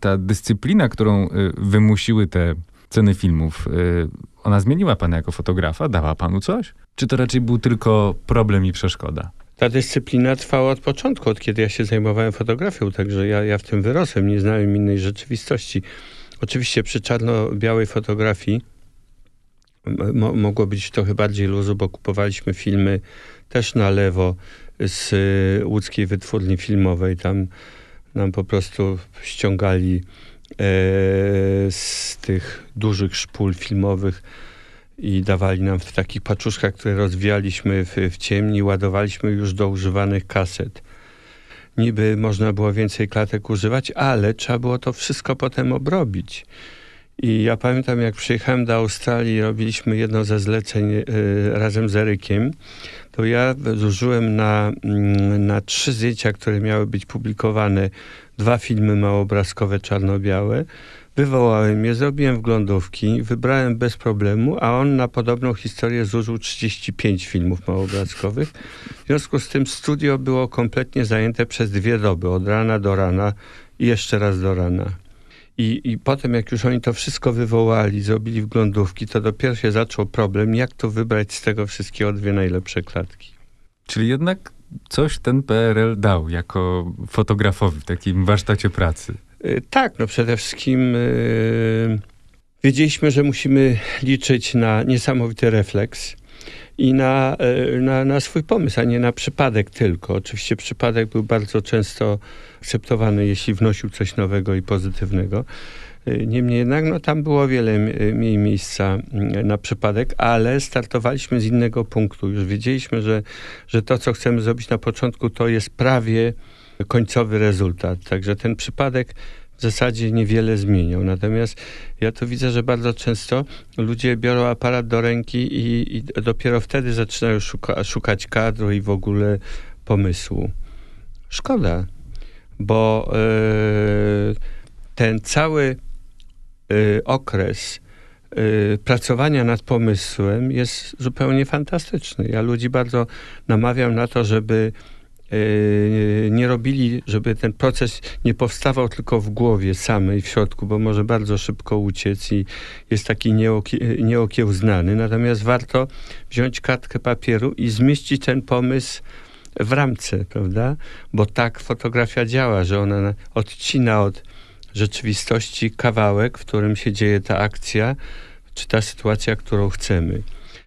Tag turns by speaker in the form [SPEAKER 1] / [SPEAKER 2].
[SPEAKER 1] ta dyscyplina, którą wymusiły te ceny filmów, ona zmieniła pana jako fotografa? Dała panu coś? Czy to raczej był tylko problem i przeszkoda?
[SPEAKER 2] Ta dyscyplina trwała od początku, od kiedy ja się zajmowałem fotografią, także ja w tym wyrosłem, nie znałem innej rzeczywistości. Oczywiście przy czarno-białej fotografii mogło być trochę bardziej luzu, bo kupowaliśmy filmy też na lewo z łódzkiej wytwórni filmowej. Tam nam po prostu ściągali z tych dużych szpul filmowych i dawali nam w takich paczuszkach, które rozwijaliśmy w ciemni, ładowaliśmy już do używanych kaset. Niby można było więcej klatek używać, ale trzeba było to wszystko potem obrobić. I ja pamiętam, jak przyjechałem do Australii, robiliśmy jedno ze zleceń razem z Erykiem, to ja zużyłem na 3 zdjęcia, które miały być publikowane, 2 filmy małobrazkowe czarno-białe. Wywołałem je, zrobiłem wglądówki, wybrałem bez problemu, a on na podobną historię zużył 35 filmów małobrazkowych. W związku z tym studio było kompletnie zajęte przez 2 doby, od rana do rana i jeszcze raz do rana. I potem, jak już oni to wszystko wywołali, zrobili wglądówki, to dopiero się zaczął problem, jak to wybrać z tego wszystkiego 2 najlepsze klatki.
[SPEAKER 1] Czyli jednak coś ten PRL dał jako fotografowi w takim warsztacie pracy.
[SPEAKER 2] Tak, no przede wszystkim wiedzieliśmy, że musimy liczyć na niesamowity refleks i na swój pomysł, a nie na przypadek tylko. Oczywiście przypadek był bardzo często akceptowany, jeśli wnosił coś nowego i pozytywnego. Niemniej jednak, no tam było wiele mniej miejsca na przypadek, ale startowaliśmy z innego punktu. Już wiedzieliśmy, że to, co chcemy zrobić na początku, to jest prawie końcowy rezultat. Także ten przypadek w zasadzie niewiele zmieniał. Natomiast ja to widzę, że bardzo często ludzie biorą aparat do ręki i dopiero wtedy zaczynają szukać kadru i w ogóle pomysłu. Szkoda, bo ten cały okres pracowania nad pomysłem jest zupełnie fantastyczny. Ja ludzi bardzo namawiam na to, żeby nie robili, żeby ten proces nie powstawał tylko w głowie samej, w środku, bo może bardzo szybko uciec i jest taki nieokiełznany. Natomiast warto wziąć kartkę papieru i zmieścić ten pomysł w ramce, prawda? Bo tak fotografia działa, że ona odcina od rzeczywistości kawałek, w którym się dzieje ta akcja, czy ta sytuacja, którą chcemy.